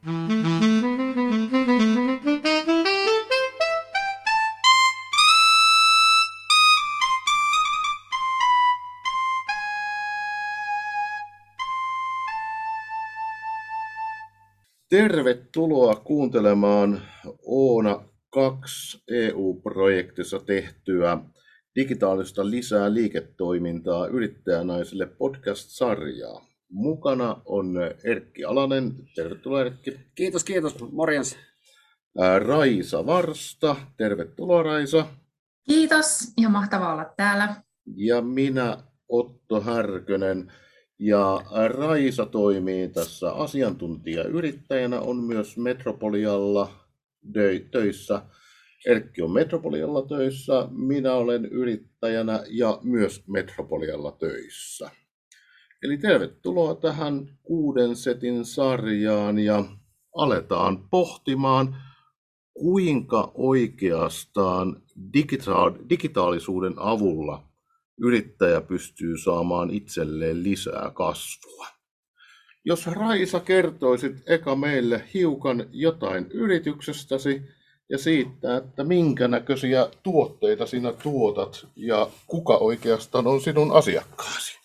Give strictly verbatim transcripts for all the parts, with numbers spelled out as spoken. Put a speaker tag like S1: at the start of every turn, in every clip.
S1: Tervetuloa kuuntelemaan Oona kaksi E U-projektissa tehtyä digitaalista lisää liiketoimintaa yrittäjänaisille podcast-sarjaa. Mukana on Erkki Alanen. Tervetuloa, Erkki.
S2: Kiitos, kiitos. Morjens.
S1: Raisa Varsta. Tervetuloa, Raisa.
S3: Kiitos. Ihan mahtavaa olla täällä.
S1: Ja minä, Otto Härkönen. Ja Raisa toimii tässä asiantuntijayrittäjänä, on myös Metropolialla töissä. Erkki on Metropolialla töissä, minä olen yrittäjänä ja myös Metropolialla töissä. Eli tervetuloa tähän kuuden setin sarjaan ja aletaan pohtimaan, kuinka oikeastaan digitaalisuuden avulla yrittäjä pystyy saamaan itselleen lisää kasvua. Jos Raisa kertoisit eka meille hiukan jotain yrityksestäsi ja siitä, että minkä näköisiä tuotteita sinä tuotat ja kuka oikeastaan on sinun asiakkaasi.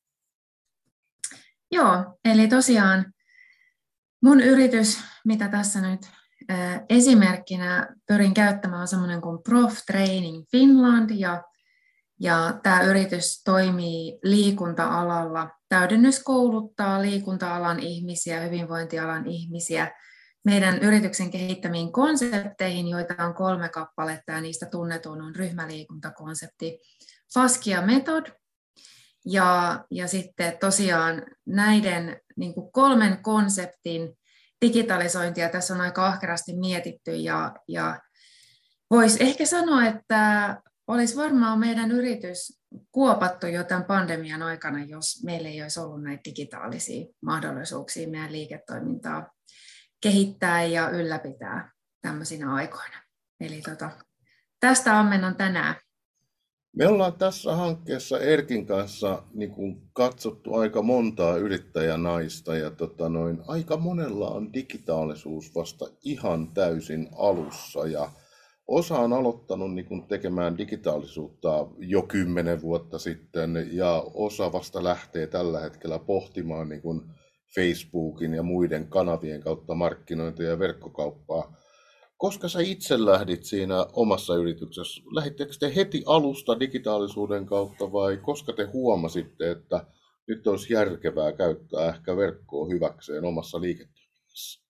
S3: Joo, eli tosiaan mun yritys, mitä tässä nyt äh, esimerkkinä pyrin käyttämään, on semmoinen kuin Prof Training Finland ja Ja tämä yritys toimii liikunta-alalla, täydennyskouluttaa liikunta-alan ihmisiä, hyvinvointialan ihmisiä meidän yrityksen kehittämiin konsepteihin, joita on kolme kappaletta ja niistä tunnetuin on ryhmäliikuntakonsepti Faskia Method. Ja, ja sitten tosiaan näiden niin kuin kolmen konseptin digitalisointia tässä on aika ahkerasti mietitty ja, ja voisi ehkä sanoa, että olisi varmaan meidän yritys kuopattu jo tämän pandemian aikana, jos meillä ei olisi ollut näitä digitaalisia mahdollisuuksia meidän liiketoimintaa kehittää ja ylläpitää tämmöisinä aikoina. Eli tota, tästä ammennan tänään.
S1: Me ollaan tässä hankkeessa Erkin kanssa niin kuin katsottu aika montaa yrittäjänaista ja tota noin, aika monella on digitaalisuus vasta ihan täysin alussa ja osa on aloittanut niin kuin tekemään digitaalisuutta jo kymmenen vuotta sitten ja osa vasta lähtee tällä hetkellä pohtimaan niin kuin Facebookin ja muiden kanavien kautta markkinointia ja verkkokauppaa. Koska sä itse lähdit siinä omassa yrityksessä, lähdittekö te heti alusta digitaalisuuden kautta vai koska te huomasitte, että nyt olisi järkevää käyttää ehkä verkkoa hyväkseen omassa liiketoiminnassa?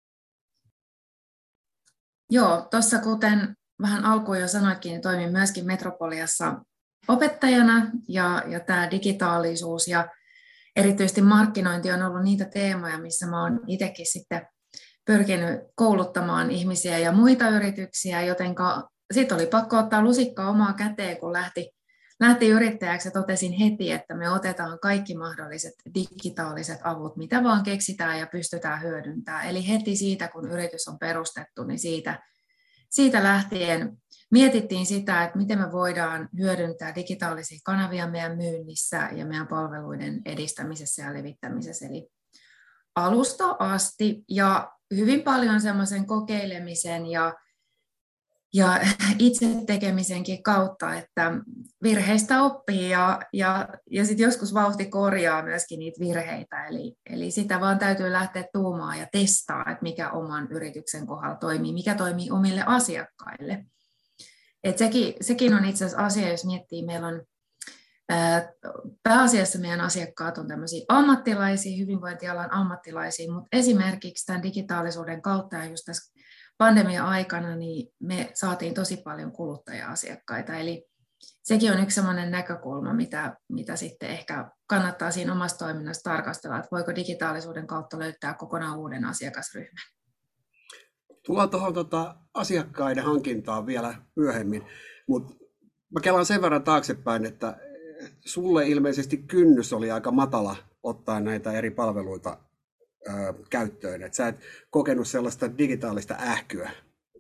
S3: Joo, tuossa kuten vähän alkuun jo sanoitkin, niin toimin myöskin Metropoliassa opettajana ja, ja tämä digitaalisuus ja erityisesti markkinointi on ollut niitä teemoja, missä mä oon itsekin sitten pyrkinyt kouluttamaan ihmisiä ja muita yrityksiä, joten sitten oli pakko ottaa lusikka omaa käteen, kun lähti, lähti yrittäjäksi ja totesin heti, että me otetaan kaikki mahdolliset digitaaliset avut, mitä vaan keksitään ja pystytään hyödyntämään. Eli heti siitä, kun yritys on perustettu, niin siitä Siitä lähtien mietittiin sitä, että miten me voidaan hyödyntää digitaalisia kanavia meidän myynnissä ja meidän palveluiden edistämisessä ja levittämisessä. Eli alusta asti ja hyvin paljon semmoisen kokeilemisen ja, ja itse tekemisenkin kautta, että virheistä oppii ja, ja, ja sitten joskus vauhti korjaa myöskin niitä virheitä. Eli, eli sitä vaan täytyy lähteä tuumaan ja testaa, että mikä oman yrityksen kohdalla toimii, mikä toimii omille asiakkaille. Et sekin, sekin on itse asiassa asia, jos miettii, meillä on ää, pääasiassa meidän asiakkaat on tämmöisiä ammattilaisia, hyvinvointialan ammattilaisia, mutta esimerkiksi tämän digitaalisuuden kautta ja just tässä pandemia-aikana niin me saatiin tosi paljon kuluttaja-asiakkaita, eli sekin on yksi sellainen näkökulma, mitä, mitä sitten ehkä kannattaa siinä omassa toiminnassa tarkastella, että voiko digitaalisuuden kautta löytää kokonaan uuden asiakasryhmän.
S2: Tullaan tuohon tota, asiakkaiden hankintaan vielä myöhemmin, mutta mä kelaan sen verran taaksepäin, että sulle ilmeisesti kynnys oli aika matala ottaa näitä eri palveluita ö, käyttöön, että sä et kokenut sellaista digitaalista ähkyä.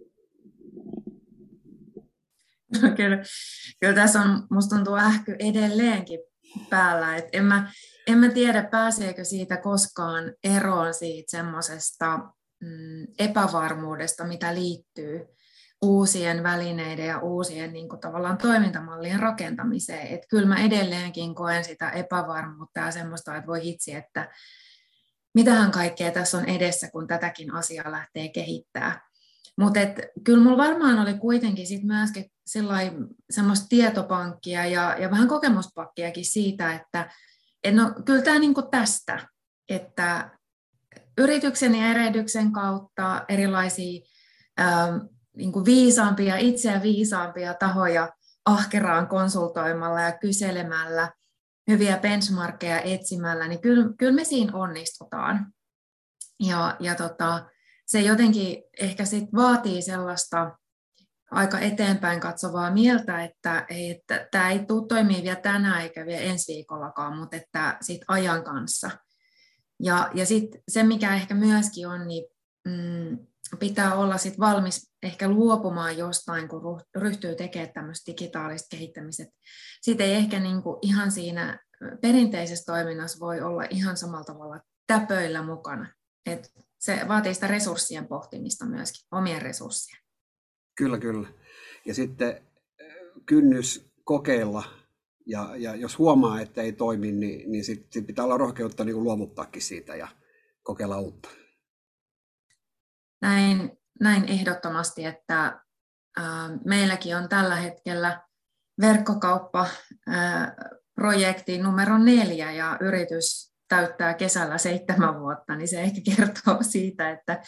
S3: No, kyllä, kyllä tässä on, musta tuntuu ähky edelleenkin päällä, että en mä, en mä tiedä pääseekö siitä koskaan eroon siitä semmoisesta mm, epävarmuudesta, mitä liittyy uusien välineiden ja uusien niin kuin tavallaan toimintamallien rakentamiseen. Että kyllä mä edelleenkin koen sitä epävarmuutta ja semmoista, että voi hitsi, että mitähän kaikkea tässä on edessä, kun tätäkin asiaa lähtee kehittämään. Mutta kyllä mulla varmaan oli kuitenkin sit myöskin semmoista tietopankkia ja, ja vähän kokemuspakkiakin siitä, että et no, kyllä tämä niinku tästä, että yrityksen ja erehdyksen kautta erilaisia ähm, niinku viisaampia, itseä viisaampia tahoja ahkeraan konsultoimalla ja kyselemällä, hyviä benchmarkkeja etsimällä, niin kyllä, kyllä me siinä onnistutaan. Ja, ja tota, se jotenkin ehkä sit vaatii sellaista aika eteenpäin katsovaa mieltä, että, että tämä ei tule toimia vielä tänään eikä vielä ensi viikollakaan, mutta että sit ajan kanssa. Ja, ja sitten se, mikä ehkä myöskin on, niin mm, pitää olla sit valmis ehkä luopumaan jostain, kun ryhtyy tekemään tämmöistä digitaalista kehittämistä. Sitten ei ehkä niinku ihan siinä perinteisessä toiminnassa voi olla ihan samalla tavalla täpöillä mukana. Et se vaatii sitä resurssien pohtimista myöskin, omien resurssien.
S2: Kyllä, kyllä. Ja sitten kynnys kokeilla, ja, ja jos huomaa, että ei toimi, niin, niin sitten sit pitää olla rohkeutta niin kuin luovuttaakin siitä ja kokeilla uutta.
S3: Näin, näin ehdottomasti, että ä, meilläkin on tällä hetkellä verkkokauppaprojekti numero neljä ja yritys täyttää kesällä seitsemän vuotta, niin se ehkä kertoo siitä, että,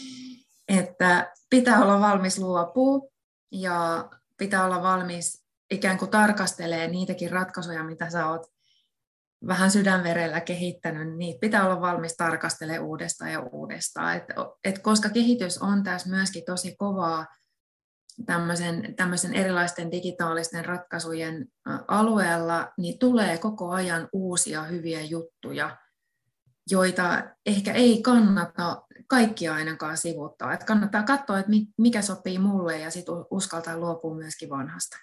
S3: että pitää olla valmis luopua ja pitää olla valmis ikään kuin tarkastelee niitäkin ratkaisuja, mitä sä oot vähän sydänverellä kehittänyt, niin niitä pitää olla valmis tarkastelemaan uudestaan ja uudestaan. Et, et koska kehitys on tässä myöskin tosi kovaa tämmöisen, tämmöisen erilaisten digitaalisten ratkaisujen alueella, niin tulee koko ajan uusia hyviä juttuja, joita ehkä ei kannata kaikkia ainakaan sivuuttaa. Et kannattaa katsoa, että mikä sopii mulle ja sitten uskaltaa luopua myöskin vanhasta.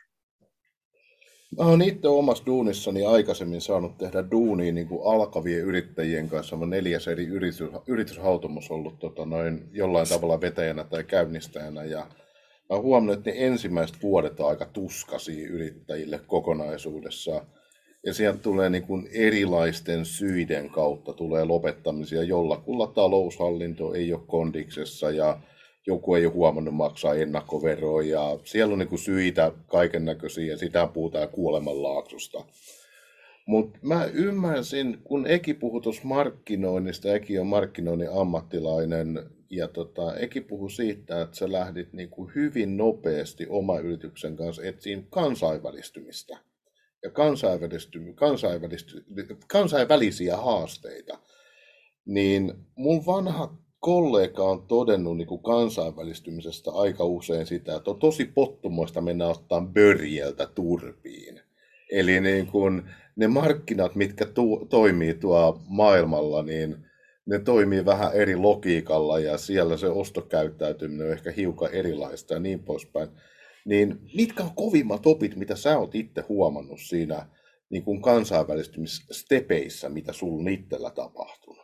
S1: Mä oon itse omassa duunissani aikaisemmin saanut tehdä duunia niin kuin alkavien yrittäjien kanssa. Mä neljäs eri yritys, yrityshautomus ollut tota, noin, jollain tavalla vetäjänä tai käynnistäjänä. Ja mä oon huomannut, että ne ensimmäiset vuodet on aika tuskaisia yrittäjille kokonaisuudessaan. Ja sieltä tulee niin kuin erilaisten syiden kautta tulee lopettamisia. Jollakulla taloushallinto ei ole kondiksessa ja joku ei ole huomannut maksaa ennakkoveroa ja siellä on niin kuin syitä kaiken näköisiä ja sitä puhutaan kuolemanlaaksosta. Mutta mä ymmärsin, kun Eki puhui tuossa markkinoinnista, Eki on markkinoinnin ammattilainen ja tota, Eki puhui siitä, että sä lähdit niin kuin hyvin nopeasti oma yrityksen kanssa etsiin kansainvälistymistä ja kansainvälisty, kansainvälisty, kansainvälisiä haasteita. Niin mun vanha kollega on todennut niin kuin kansainvälistymisestä aika usein sitä, että on tosi pottumoista mennä ottaa börjeltä turpiin. Eli niin kuin ne markkinat, mitkä tu- toimii tuolla maailmalla, niin ne toimii vähän eri logiikalla ja siellä se ostokäyttäytyminen on ehkä hiukan erilaista ja niin poispäin. Niin mitkä on kovimmat opit, mitä sä oot itse huomannut siinä niin kuin kansainvälistymisstepeissä, mitä sulla itsellä tapahtunut?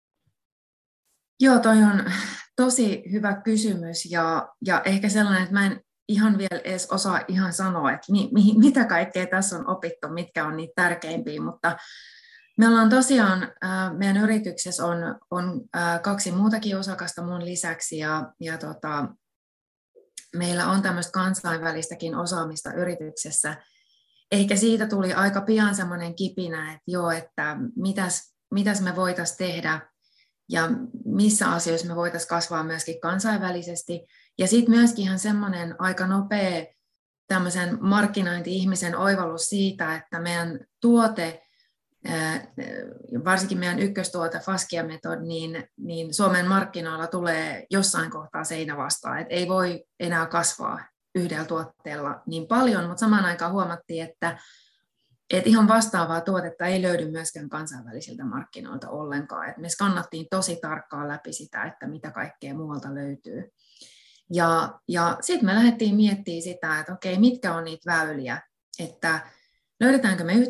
S3: Joo, toi on tosi hyvä kysymys ja, ja ehkä sellainen, että mä en ihan vielä edes osaa ihan sanoa, että mi, mi, mitä kaikkea tässä on opittu, mitkä on niitä tärkeimpiä, mutta me ollaan tosiaan, äh, meidän yrityksessä on, on äh, kaksi muutakin osakasta mun lisäksi ja, ja tota, meillä on tämmöistä kansainvälistäkin osaamista yrityksessä. Ehkä siitä tuli aika pian semmoinen kipinä, että joo, että mitäs, mitäs me voitaisiin tehdä ja missä asioissa me voitaisiin kasvaa myöskin kansainvälisesti. Ja sitten myöskin ihan semmoinen aika nopea tämmöisen markkinointi-ihmisen oivallus siitä, että meidän tuote, varsinkin meidän ykköstuote Faskia Method, niin, niin Suomen markkinoilla tulee jossain kohtaa seinä vastaan. Et ei voi enää kasvaa yhdellä tuotteella niin paljon, mutta samaan aikaan huomattiin, että et ihan vastaavaa tuotetta ei löydy myöskään kansainvälisiltä markkinoilta ollenkaan. Et me skannattiin tosi tarkkaan läpi sitä, että mitä kaikkea muualta löytyy. Ja, ja sitten me lähdettiin miettimään sitä, että okei, mitkä on niitä väyliä, että löydetäänkö me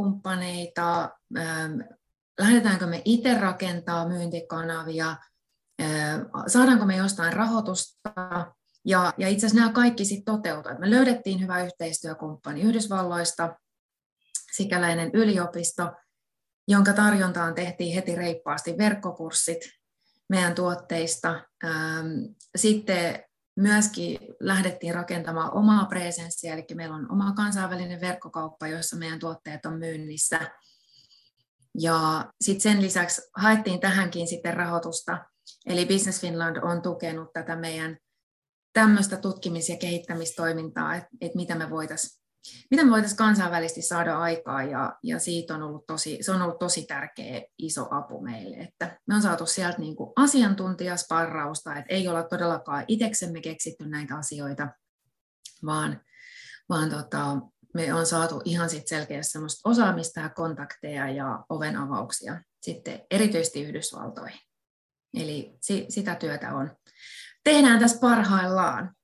S3: yhteistyökumppaneita, ähm, lähdetäänkö me itse rakentaa myyntikanavia, saadaanko me jostain rahoitusta, ja, ja itse asiassa nämä kaikki sitten toteutuivat. Me löydettiin hyvä yhteistyökumppani Yhdysvalloista, sikäläinen yliopisto, jonka tarjontaan tehtiin heti reippaasti verkkokurssit meidän tuotteista. Sitten myöskin lähdettiin rakentamaan omaa presenssiä, eli meillä on oma kansainvälinen verkkokauppa, jossa meidän tuotteet on myynnissä. Ja sitten sen lisäksi haettiin tähänkin sitten rahoitusta, eli Business Finland on tukenut tätä meidän tämmöistä tutkimis- ja kehittämistoimintaa, että et mitä me voitaisiin mitä me voitaisiin kansainvälisesti saada aikaa, ja, ja siitä on ollut tosi, se on ollut tosi tärkeä iso apu meille, että me on saatu sieltä niin kuin asiantuntijasparrausta, että ei olla todellakaan itseksemme keksitty näitä asioita, vaan, vaan tota, me on saatu ihan sit selkeästi semmoista osaamista ja kontakteja ja ovenavauksia sitten erityisesti Yhdysvaltoihin. Eli si, sitä työtä on. Tehdään tässä parhaillaan.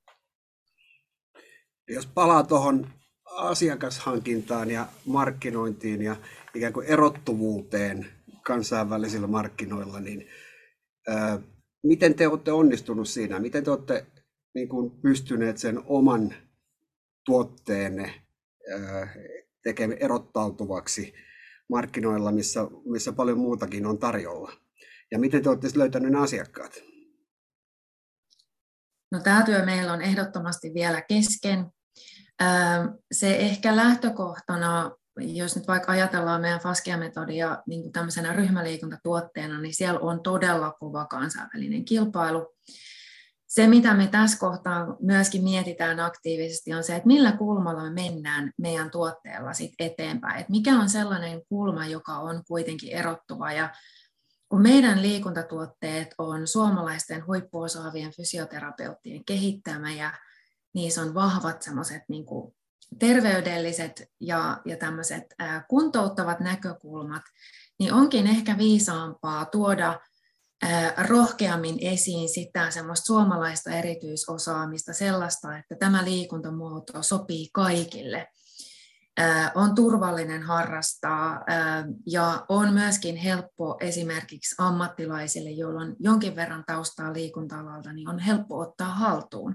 S2: Jos palaa tuohon asiakashankintaan ja markkinointiin ja ikään kuin erottuvuuteen kansainvälisillä markkinoilla, niin ää, miten te olette onnistunut siinä? Miten te olette niin kuin pystyneet sen oman tuotteenne ää, tekemään erottautuvaksi markkinoilla, missä, missä paljon muutakin on tarjolla? Ja miten te olette löytäneet ne asiakkaat?
S3: No, tämä työ meillä on ehdottomasti vielä kesken. Se ehkä lähtökohtana, jos nyt vaikka ajatellaan meidän Faskia-metodia niin kuin tämmöisenä ryhmäliikuntatuotteena, niin siellä on todella kova kansainvälinen kilpailu. Se, mitä me tässä kohtaa myöskin mietitään aktiivisesti, on se, että millä kulmalla me mennään meidän tuotteella sit eteenpäin. Että mikä on sellainen kulma, joka on kuitenkin erottuva. Ja kun meidän liikuntatuotteet on suomalaisten huippuosaavien fysioterapeuttien kehittämiä, niissä on vahvat semmoiset niin kuin terveydelliset ja, ja tämmöiset ää, kuntouttavat näkökulmat, niin onkin ehkä viisaampaa tuoda ää, rohkeammin esiin sitä semmoista suomalaista erityisosaamista, sellaista, että tämä liikuntamuoto sopii kaikille. Ää, on turvallinen harrastaa ää, ja on myöskin helppo esimerkiksi ammattilaisille, joilla on jonkin verran taustaa liikunta-alalta, niin on helppo ottaa haltuun.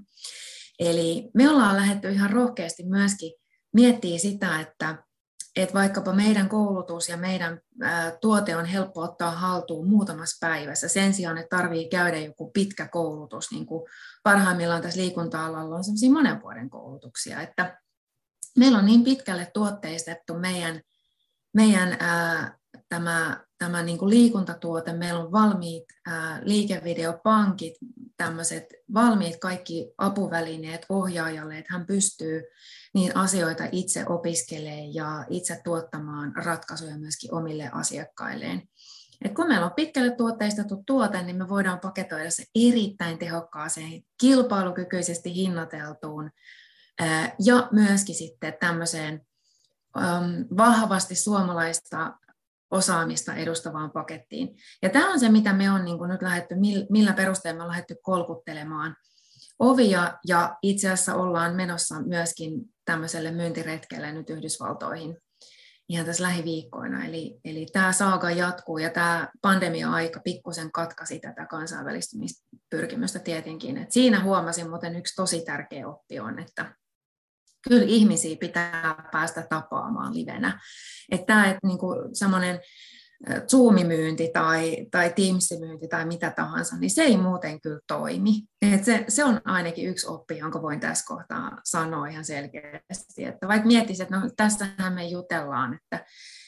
S3: Eli me ollaan lähdetty ihan rohkeasti myöskin miettimään sitä, että, että vaikkapa meidän koulutus ja meidän ää, tuote on helppo ottaa haltuun muutamassa päivässä sen sijaan, että tarvitsee käydä joku pitkä koulutus, niin kuin parhaimmillaan tässä liikunta-alalla on sellaisia monen vuoden koulutuksia, että meillä on niin pitkälle tuotteistettu meidän, meidän ää, tämä, tämä niin kuin liikuntatuote, meillä on valmiit ää, liikevideopankit, tämmöiset valmiit kaikki apuvälineet ohjaajalle, että hän pystyy niin asioita itse opiskelemaan ja itse tuottamaan ratkaisuja myöskin omille asiakkailleen. Et kun meillä on pitkälle tuotteistettu tuote, niin me voidaan paketoida se erittäin tehokkaaseen, kilpailukykyisesti hinnoiteltuun ää, ja myöskin sitten tämmöiseen äm, vahvasti suomalaista osaamista edustavaan pakettiin. Ja tämä on se, mitä me on niin kuin nyt lähdetty, millä perusteella me on lähdetty kolkuttelemaan ovia, ja itse asiassa ollaan menossa myöskin tämmöiselle myyntiretkelle nyt Yhdysvaltoihin ihan tässä lähiviikkoina. Eli, eli tämä saaga jatkuu, ja tämä pandemia-aika pikkusen katkaisi tätä kansainvälistymispyrkimystä tietenkin. Et siinä huomasin, muuten yksi tosi tärkeä oppi on, että kyllä ihmisiä pitää päästä tapaamaan livenä. Että tämä, että niinku semmoinen Zoom-myynti tai, tai Teams-myynti tai mitä tahansa, niin se ei muuten kyllä toimi. Et se, se on ainakin yksi oppi, jonka voin tässä kohtaa sanoa ihan selkeästi. Että vaikka miettisi, että no, tässähän me jutellaan, että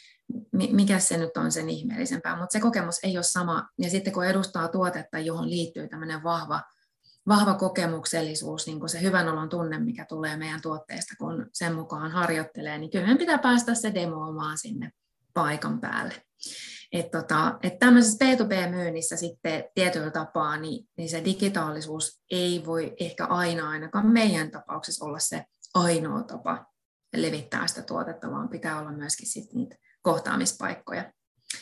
S3: mikä se nyt on sen ihmeellisempää, mutta se kokemus ei ole sama. Ja sitten kun edustaa tuotetta, johon liittyy tämmöinen vahva vahva kokemuksellisuus, niin kuin se hyvän olon tunne, mikä tulee meidän tuotteesta, kun sen mukaan harjoittelee, niin kyllä meidän pitää päästä se demoamaan sinne paikan päälle. Että tota, et tämmöisessä B to B-myynnissä sitten tietyllä tapaa, niin, niin se digitaalisuus ei voi ehkä aina ainakaan meidän tapauksessa olla se ainoa tapa levittää sitä tuotetta, vaan pitää olla myöskin sit niitä kohtaamispaikkoja.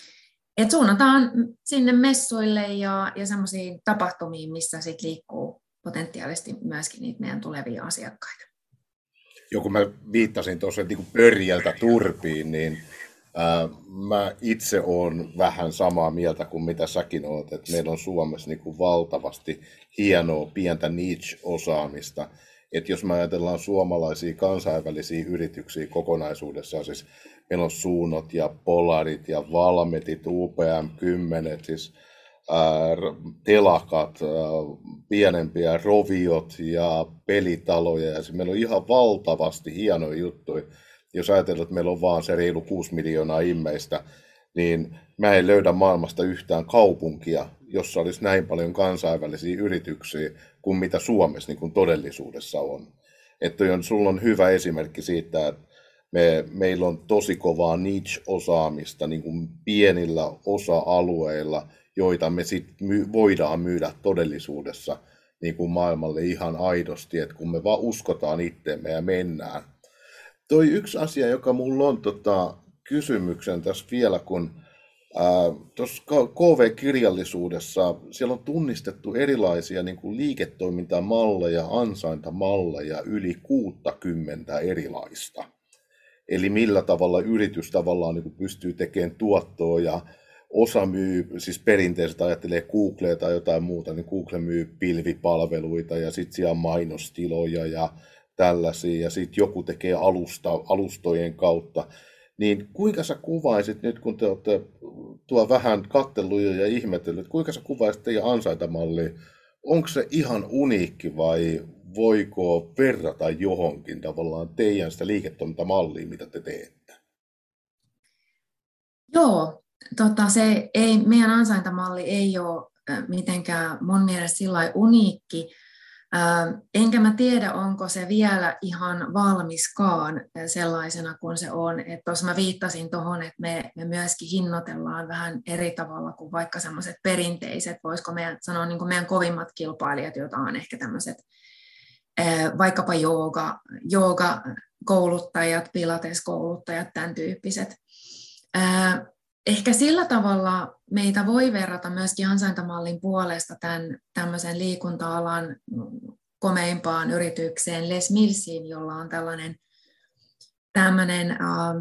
S3: Et suunnataan sinne messuille ja, ja semmoisiin tapahtumiin, missä sit liikkuu potentiaalisesti myöskin niitä meidän tulevia asiakkaita.
S1: Joku mä viittasin tuossa niin kuin pörjältä turpiin, niin Ää, mä itse olen vähän samaa mieltä kuin mitä säkin olet, että meillä on Suomessa niin kuin valtavasti hienoa pientä niche-osaamista. Että jos me ajatellaan suomalaisia kansainvälisiä yrityksiä kokonaisuudessaan, siis meillä on Suunot ja Polarit ja Valmetit, U P M kymmenen, siis ää, telakat, ää, pienempiä roviot ja pelitaloja. Ja siis meillä on ihan valtavasti hienoja juttuja. Jos ajatellaan, että meillä on vaan se reilu kuusi miljoonaa ihmistä, niin mä en löydä maailmasta yhtään kaupunkia, jossa olisi näin paljon kansainvälisiä yrityksiä kuin mitä Suomessa niin kuin todellisuudessa on. Että on, sulla on hyvä esimerkki siitä, että me, meillä on tosi kovaa niche-osaamista niin kuin pienillä osa-alueilla, joita me sit my, voidaan myydä todellisuudessa niin kuin maailmalle ihan aidosti, että kun me vaan uskotaan itteemme ja mennään. Toi yksi asia, joka mulla on tota, kysymyksen tässä vielä, kun tuossa K V-kirjallisuudessa siellä on tunnistettu erilaisia niin kuin liiketoimintamalleja, ansaintamalleja, yli kuusikymmentä erilaista. Eli millä tavalla yritys tavallaan niin kuin pystyy tekemään tuottoa ja osa myy, siis perinteisesti ajattelee Googlea tai jotain muuta, niin Google myy pilvipalveluita ja sitten siellä on mainostiloja ja tällaisia, ja sitten joku tekee alusta, alustojen kautta. Niin kuinka sä kuvaisit nyt, kun te olette tuo vähän katsellut ja ihmetellyt, kuinka sä kuvaisit teidän ansaintamallia? Onko se ihan uniikki vai voiko verrata johonkin tavallaan teidän sitä liiketoimintamallia, mitä te teette?
S3: Joo, tota, se ei, meidän ansaintamalli ei ole mitenkään mun mielestä sillä lailla uniikki. Enkä mä tiedä, onko se vielä ihan valmiskaan sellaisena kuin se on. Tuossa mä viittasin tuohon, että me, me myöskin hinnoitellaan vähän eri tavalla kuin vaikka semmoiset perinteiset, voisiko meidän sanoa niin kuin meidän kovimmat kilpailijat, joita on ehkä tämmöiset vaikkapa jooga, jooga-kouluttajat, pilates-kouluttajat, tämän tyyppiset. Ehkä sillä tavalla meitä voi verrata myöskin ansaintamallin puolesta tämän tämmöisen liikunta-alan komeimpaan yritykseen Les Millsiin, jolla on tällainen tämmöinen äh,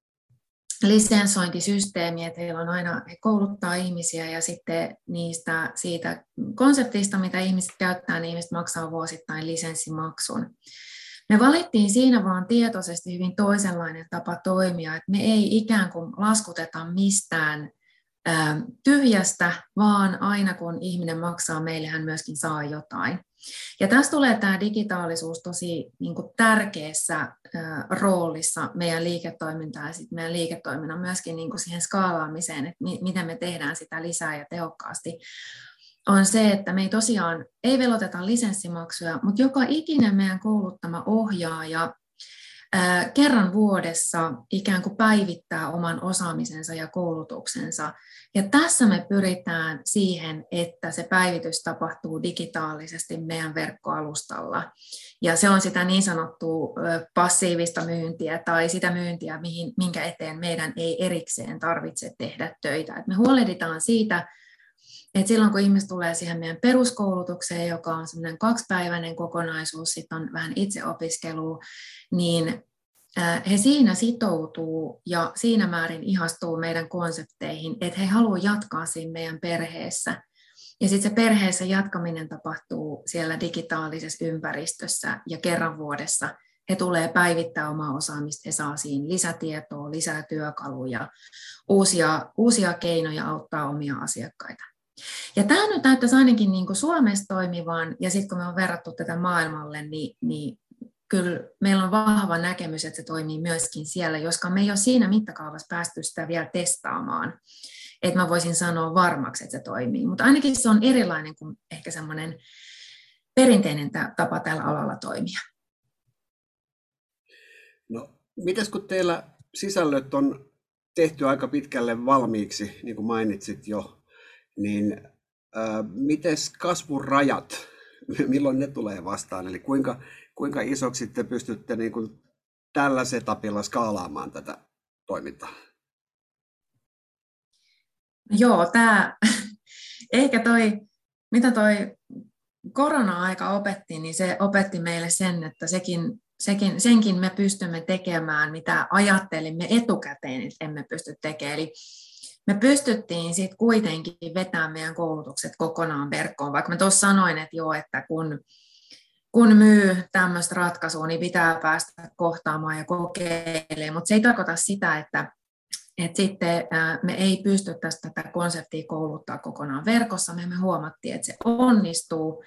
S3: lisensointisysteemi, että heillä on aina, he kouluttaa ihmisiä ja sitten niistä, siitä konseptista, mitä ihmiset käyttää, niin ihmiset maksaa vuosittain lisenssimaksun. Me valittiin siinä vaan tietoisesti hyvin toisenlainen tapa toimia, että me ei ikään kuin laskuteta mistään ä, tyhjästä, vaan aina kun ihminen maksaa meille, hän myöskin saa jotain. Ja tässä tulee tämä digitaalisuus tosi niin kuin tärkeässä ä, roolissa meidän liiketoimintaan ja sitten meidän liiketoiminnan myöskin niin kuin siihen skaalaamiseen, että mi- miten me tehdään sitä lisää ja tehokkaasti. On se, että me ei tosiaan ei veloteta lisenssimaksuja, mutta joka ikinen meidän kouluttama ohjaaja ää, kerran vuodessa ikään kuin päivittää oman osaamisensa ja koulutuksensa. Ja tässä me pyritään siihen, että se päivitys tapahtuu digitaalisesti meidän verkkoalustalla. Ja se on sitä niin sanottua passiivista myyntiä tai sitä myyntiä, mihin, minkä eteen meidän ei erikseen tarvitse tehdä töitä. Et me huolehditaan siitä, et silloin kun ihmiset tulee siihen meidän peruskoulutukseen, joka on semmoinen kaksipäiväinen kokonaisuus, sitten on vähän itseopiskelua, niin he siinä sitoutuu ja siinä määrin ihastuu meidän konsepteihin, että he haluavat jatkaa siinä meidän perheessä. Ja sitten se perheessä jatkaminen tapahtuu siellä digitaalisessa ympäristössä ja kerran vuodessa he tulee päivittää omaa osaamista, he saa siinä lisätietoa, lisää työkaluja, uusia, uusia keinoja auttaa omia asiakkaita. Ja tämä nyt näyttäisi ainakin niin kuin Suomessa toimivan, ja sitten kun me on verrattu tätä maailmalle, niin, niin kyllä meillä on vahva näkemys, että se toimii myöskin siellä, koska me ei ole siinä mittakaavassa päästy sitä vielä testaamaan, että mä voisin sanoa varmaksi, että se toimii, mutta ainakin se on erilainen kuin ehkä semmoinen perinteinen tapa tällä alalla toimia.
S2: No, mites kun teillä sisällöt on tehty aika pitkälle valmiiksi, niin kuin mainitsit jo, niin äh, mites kasvun rajat, milloin ne tulee vastaan, eli kuinka, kuinka isoksi te pystytte niin kuin tällä setupilla skaalaamaan tätä toimintaa?
S3: Joo, tämä, ehkä toi, mitä toi korona-aika opetti, niin se opetti meille sen, että sekin, sekin, senkin me pystymme tekemään, mitä ajattelimme etukäteen, että emme pysty tekemään. Eli me pystyttiin sitten kuitenkin vetämään meidän koulutukset kokonaan verkkoon, vaikka mä tuossa sanoin, että joo, että kun, kun myy tämmöistä ratkaisua, niin pitää päästä kohtaamaan ja kokeilemaan, mutta se ei tarkoita sitä, että, että sitten me ei pystyttäisi tätä konseptia kouluttaa kokonaan verkossa, me, me huomattiin, että se onnistuu,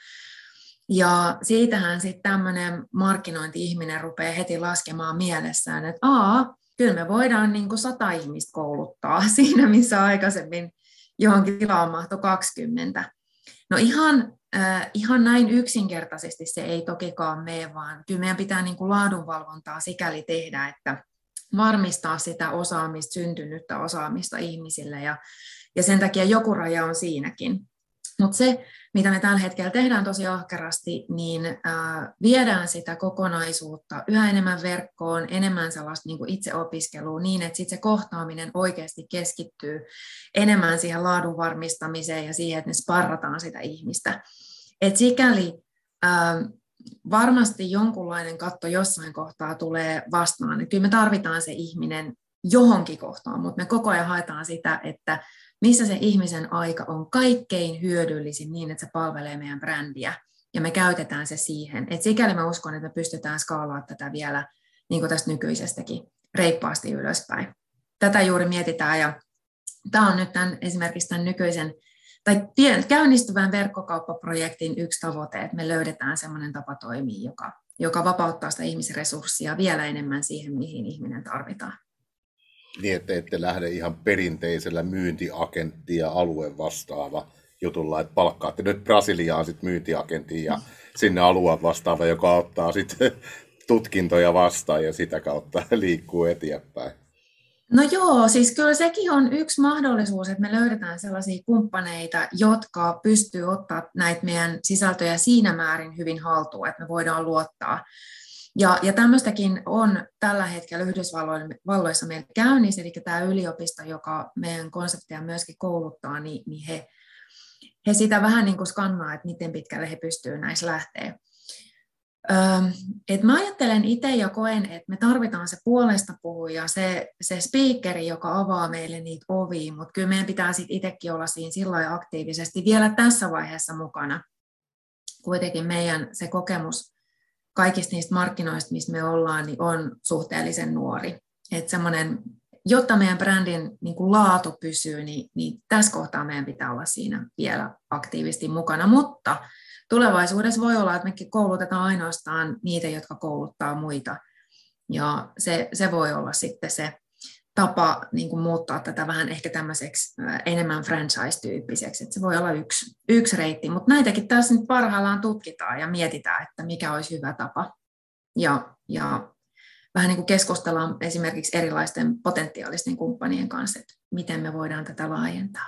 S3: ja siitähän sitten tämmöinen markkinointi-ihminen rupeaa heti laskemaan mielessään, että aa, kyllä me voidaan niin kuin sata ihmistä kouluttaa siinä, missä aikaisemmin johonkin tilaan mahtui kaksikymmentä. No ihan, äh, ihan näin yksinkertaisesti se ei tokikaan mene, vaan kyllä meidän pitää niin kuin laadunvalvontaa sikäli tehdä, että varmistaa sitä osaamista, syntynyttä osaamista ihmisille, ja, ja sen takia joku raja on siinäkin. Mutta se, mitä me tällä hetkellä tehdään tosi ahkerasti, niin äh, viedään sitä kokonaisuutta yhä enemmän verkkoon, enemmän sellaista niin kuin itseopiskelua niin, että sit se kohtaaminen oikeasti keskittyy enemmän siihen laadun varmistamiseen ja siihen, että me sparrataan sitä ihmistä. Et sikäli äh, varmasti jonkunlainen katto jossain kohtaa tulee vastaan. Et kyllä me tarvitaan se ihminen johonkin kohtaan, mutta me koko ajan haetaan sitä, että missä se ihmisen aika on kaikkein hyödyllisin niin, että se palvelee meidän brändiä, ja me käytetään se siihen. Et sikäli mä uskon, että me pystytään skaalaamaan tätä vielä niin kuin tästä nykyisestäkin reippaasti ylöspäin. Tätä juuri mietitään, ja tämä on nyt tämän, esimerkiksi tämän nykyisen tai käynnistyvän verkkokauppaprojektin yksi tavoite, että me löydetään sellainen tapa toimia, joka, joka vapauttaa sitä ihmisresurssia vielä enemmän siihen, mihin ihminen tarvitaan.
S1: Niin, että ette lähde ihan perinteisellä myyntiagentti ja alue vastaava jutulla, että palkkaatte nyt Brasiliaan sit myyntiagentin ja sinne alueen vastaava, joka ottaa sitten tutkintoja vastaan ja sitä kautta liikkuu eteenpäin.
S3: No joo, siis kyllä sekin on yksi mahdollisuus, että me löydetään sellaisia kumppaneita, jotka pystyy ottaa näitä meidän sisältöjä siinä määrin hyvin haltuun, että me voidaan luottaa. Ja, ja tämmöistäkin on tällä hetkellä Yhdysvalloissa meillä käynnissä, eli tämä yliopisto, joka meidän konseptia myöskin kouluttaa, niin, niin he, he sitä vähän niin kuin skannaa, että miten pitkälle he pystyvät näissä lähteä. Öm, et mä ajattelen itse ja koen, että me tarvitaan se puolesta puhuja, se, se speakeri, joka avaa meille niitä ovia, mutta kyllä meidän pitää sitten itsekin olla siinä sillä lailla aktiivisesti vielä tässä vaiheessa mukana. Kuitenkin meidän se kokemus kaikista niistä markkinoista, missä me ollaan, niin on suhteellisen nuori. Että semmoinen, jotta meidän brändin niin kuin laatu pysyy, niin, niin tässä kohtaa meidän pitää olla siinä vielä aktiivisesti mukana. Mutta tulevaisuudessa voi olla, että me koulutetaan ainoastaan niitä, jotka kouluttaa muita. Ja se, se voi olla sitten se tapa niin kuin muuttaa tätä vähän ehkä tämmöiseksi enemmän franchise-tyyppiseksi. Että se voi olla yksi, yksi reitti, mutta näitäkin tässä nyt parhaillaan tutkitaan ja mietitään, että mikä olisi hyvä tapa. Ja, ja vähän niin kuin keskustellaan esimerkiksi erilaisten potentiaalisten kumppanien kanssa, että miten me voidaan tätä laajentaa.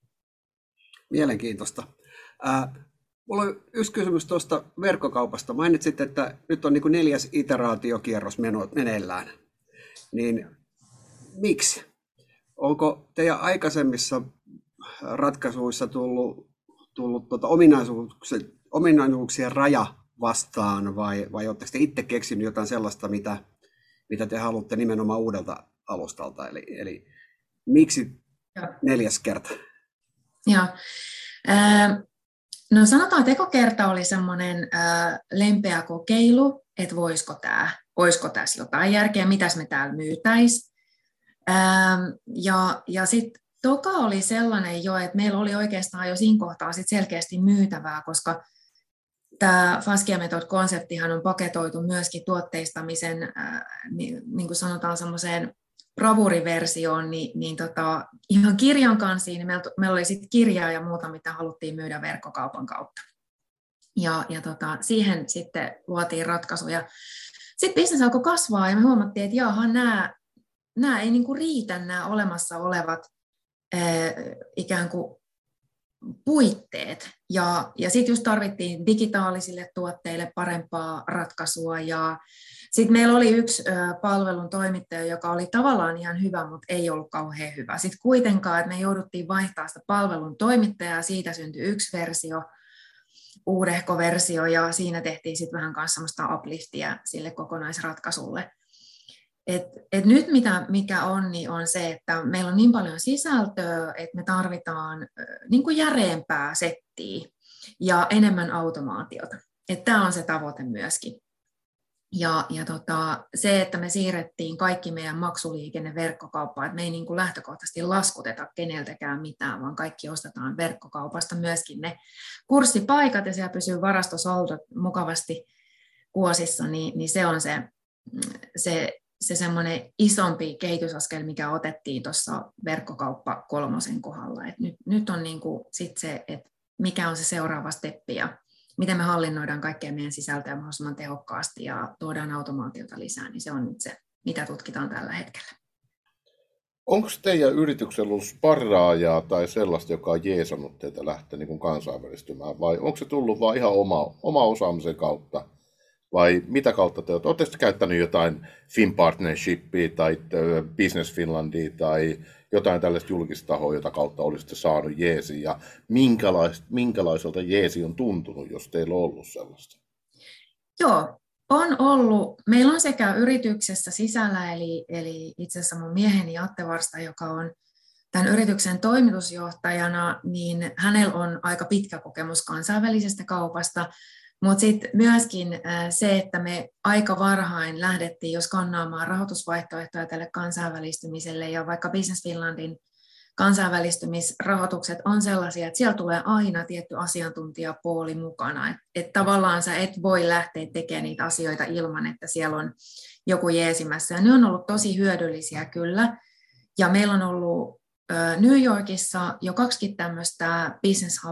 S3: Mielenkiintoista.
S2: Äh, mulla on yksi kysymys tuosta verkkokaupasta. Mainitsit, että nyt on niin kuin neljäs iteraatiokierros meneillään. Niin miksi? Onko teidän aikaisemmissa ratkaisuissa tullut, tullut tuota ominaisuuksien, ominaisuuksien raja vastaan, vai, vai oletteko te itse keksinyt jotain sellaista, mitä, mitä te haluatte nimenomaan uudelta alustalta? Eli, eli miksi Joo. neljäs kerta?
S3: Joo. Äh, no sanotaan, että eko kerta oli semmoinen äh, lempeä kokeilu, että voisiko tämä, olisiko tässä jotain järkeä, mitäs me täällä myytäisiin. Ähm, ja ja sitten toka oli sellainen jo, että meillä oli oikeastaan jo siinä kohtaa sit selkeästi myytävää, koska tämä Faskia Method-konseptihan on paketoitu myöskin tuotteistamisen, äh, niin, niin kuin sanotaan, semmoiseen bravuriversioon, niin, niin tota, ihan kirjan kanssa, niin meillä, meillä oli sitten kirjaa ja muuta, mitä haluttiin myydä verkkokaupan kautta. Ja, ja tota, siihen sitten luotiin ratkaisuja. Sitten bisnes alkoi kasvaa ja me huomattiin, että jaha, nämä Nämä ei niin kuin riitä, nämä olemassa olevat äh, ikään kuin puitteet. Ja, ja sitten just tarvittiin digitaalisille tuotteille parempaa ratkaisua. Ja sitten meillä oli yksi äh, palvelun toimittaja, joka oli tavallaan ihan hyvä, mutta ei ollut kauhean hyvä. Sitten kuitenkaan, että me jouduttiin vaihtaa sitä palvelun toimittajaa, siitä syntyi yksi versio. uudehko versio ja siinä tehtiin sitten vähän kanssa semmoista upliftia sille kokonaisratkaisulle. Et, et nyt mitä, mikä on, niin on se, että meillä on niin paljon sisältöä, että me tarvitaan niin kuin järeämpää settiä ja enemmän automaatiota. Tämä on se tavoite myöskin. Ja, ja tota, se, että me siirrettiin kaikki meidän maksuliikenne verkkokauppaan, että me ei niin kuin lähtökohtaisesti laskuteta keneltäkään mitään, vaan kaikki ostetaan verkkokaupasta myöskin ne kurssipaikat ja siellä pysyy varastosaldo mukavasti kuosissa, niin, niin se on se, se, se semmoinen isompi kehitysaskel, mikä otettiin tuossa verkkokauppa kolmosen kohdalla. Et nyt, nyt on niin kuin sit se, että mikä on se seuraava steppi ja miten me hallinnoidaan kaikkea meidän sisältöä mahdollisimman tehokkaasti ja tuodaan automaatiota lisää, niin se on nyt se, mitä tutkitaan tällä hetkellä.
S1: Onko teidän yrityksellä ollut sparraajaa tai sellaista, joka on jeesannut teitä lähteä niin kuin kansainvälistymään, vai onko se tullut vain ihan oma, oma osaamisen kautta, vai mitä kautta te olette? Oletteko käyttänyt jotain FinPartnershipia tai Business Finlandia tai jotain tällaista julkista tahoa, jota kautta olisitte saanut jeesi, ja minkälais, minkälaiselta jeesi on tuntunut, jos teillä on ollut sellaista?
S3: Joo, on ollut. Meillä on sekä yrityksessä sisällä, eli, eli itse asiassa mun mieheni Atte Varsta, joka on tämän yrityksen toimitusjohtajana, niin hänellä on aika pitkä kokemus kansainvälisestä kaupasta, mutta sitten myöskin se, että me aika varhain lähdettiin jo skannaamaan rahoitusvaihtoehtoja tälle kansainvälistymiselle, ja vaikka Business Finlandin kansainvälistymisrahoitukset on sellaisia, että siellä tulee aina tietty asiantuntijapuoli mukana, että et tavallaan sä et voi lähteä tekemään niitä asioita ilman, että siellä on joku jeesimässä, ja ne on ollut tosi hyödyllisiä kyllä, ja meillä on ollut New Yorkissa jo kaksikin tämmöistä Business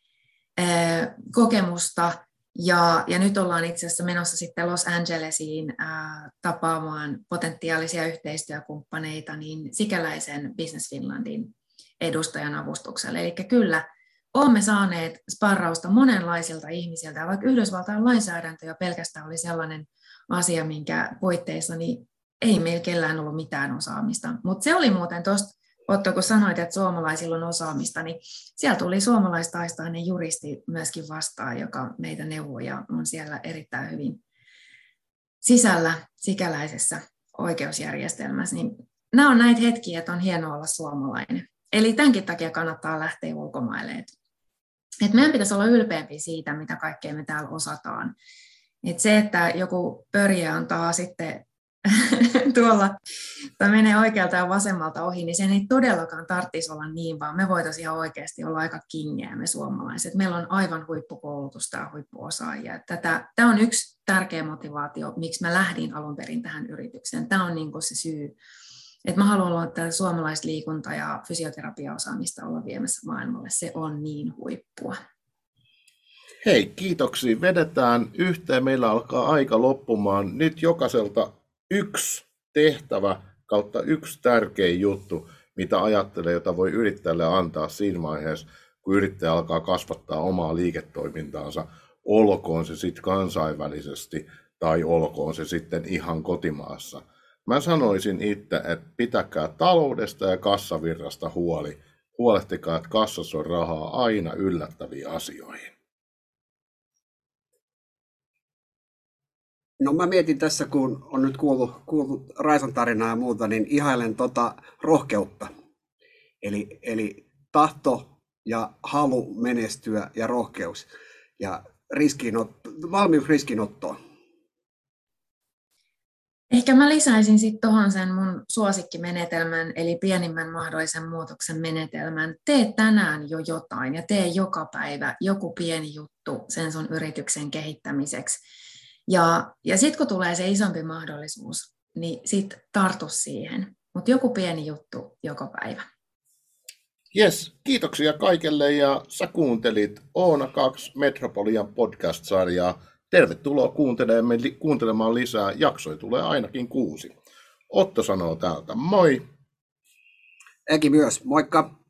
S3: Hubin-kokemusta, Ja, ja nyt ollaan itse asiassa menossa sitten Los Angelesiin ää, tapaamaan potentiaalisia yhteistyökumppaneita niin sikäläisen Business Finlandin edustajan avustuksella. Eli kyllä olemme saaneet sparrausta monenlaisilta ihmisiltä, ja vaikka Yhdysvaltain lainsäädäntö jo pelkästään oli sellainen asia, minkä puitteissa niin ei meillä kellään ollut mitään osaamista. Mutta se oli muuten tuosta, Otto, kun sanoit, että suomalaisilla on osaamista, niin siellä tuli suomalaistaistainen juristi myöskin vastaan, joka meitä neuvoo ja on siellä erittäin hyvin sisällä sikäläisessä oikeusjärjestelmässä. Niin nämä on näitä hetkiä, että on hienoa olla suomalainen. Eli tämänkin takia kannattaa lähteä ulkomaille. Et, et meidän pitäisi olla ylpeämpiä siitä, mitä kaikkea me täällä osataan. Et se, että joku pörjä antaa sitten tuolla tai menee oikealta ja vasemmalta ohi, niin sen ei todellakaan tarvitsisi olla niin, vaan me voitaisiin ihan oikeasti olla aika kingeä me suomalaiset. Meillä on aivan huippukoulutusta ja huippuosaajia. Tätä, tämä on yksi tärkeä motivaatio, miksi mä lähdin alun perin tähän yritykseen. Tämä on niin kuin se syy, että mä haluan olla tätä suomalaisliikunta- ja fysioterapiaosaamista olla viemässä maailmalle. Se on niin huippua.
S1: Hei, kiitoksia. Vedetään yhteen. Meillä alkaa aika loppumaan. Nyt jokaiselta yksi tehtävä kautta yksi tärkeä juttu, mitä ajattelee, jota voi yrittäjälle antaa siinä vaiheessa, kun yrittäjä alkaa kasvattaa omaa liiketoimintaansa, olkoon se sitten kansainvälisesti tai olkoon se sitten ihan kotimaassa. Mä sanoisin itse, että pitäkää taloudesta ja kassavirrasta huoli. Huolehtikaa, että kassassa on rahaa aina yllättäviin asioihin.
S2: No mä mietin tässä, kun on nyt kuullut, kuullut Raisan tarinaa ja muuta, niin ihailen tota rohkeutta. Eli, eli tahto ja halu menestyä ja rohkeus ja riskinotto, valmius riskinottoon.
S3: Ehkä mä lisäisin sitten tuohon sen mun suosikkimenetelmän, eli pienimmän mahdollisen muutoksen menetelmän. Tee tänään jo jotain ja tee joka päivä joku pieni juttu sen sun yrityksen kehittämiseksi. Ja, ja sitten kun tulee se isompi mahdollisuus, niin sitten tartu siihen. Mutta joku pieni juttu joka päivä.
S1: Jes, kiitoksia kaikille ja sä kuuntelit Oona kaksi Metropolian podcast-sarjaa. Tervetuloa kuuntelemaan, kuuntelemaan lisää. Jaksoja tulee ainakin kuusi. Otto sanoo täältä moi.
S2: Eki myös, moikka.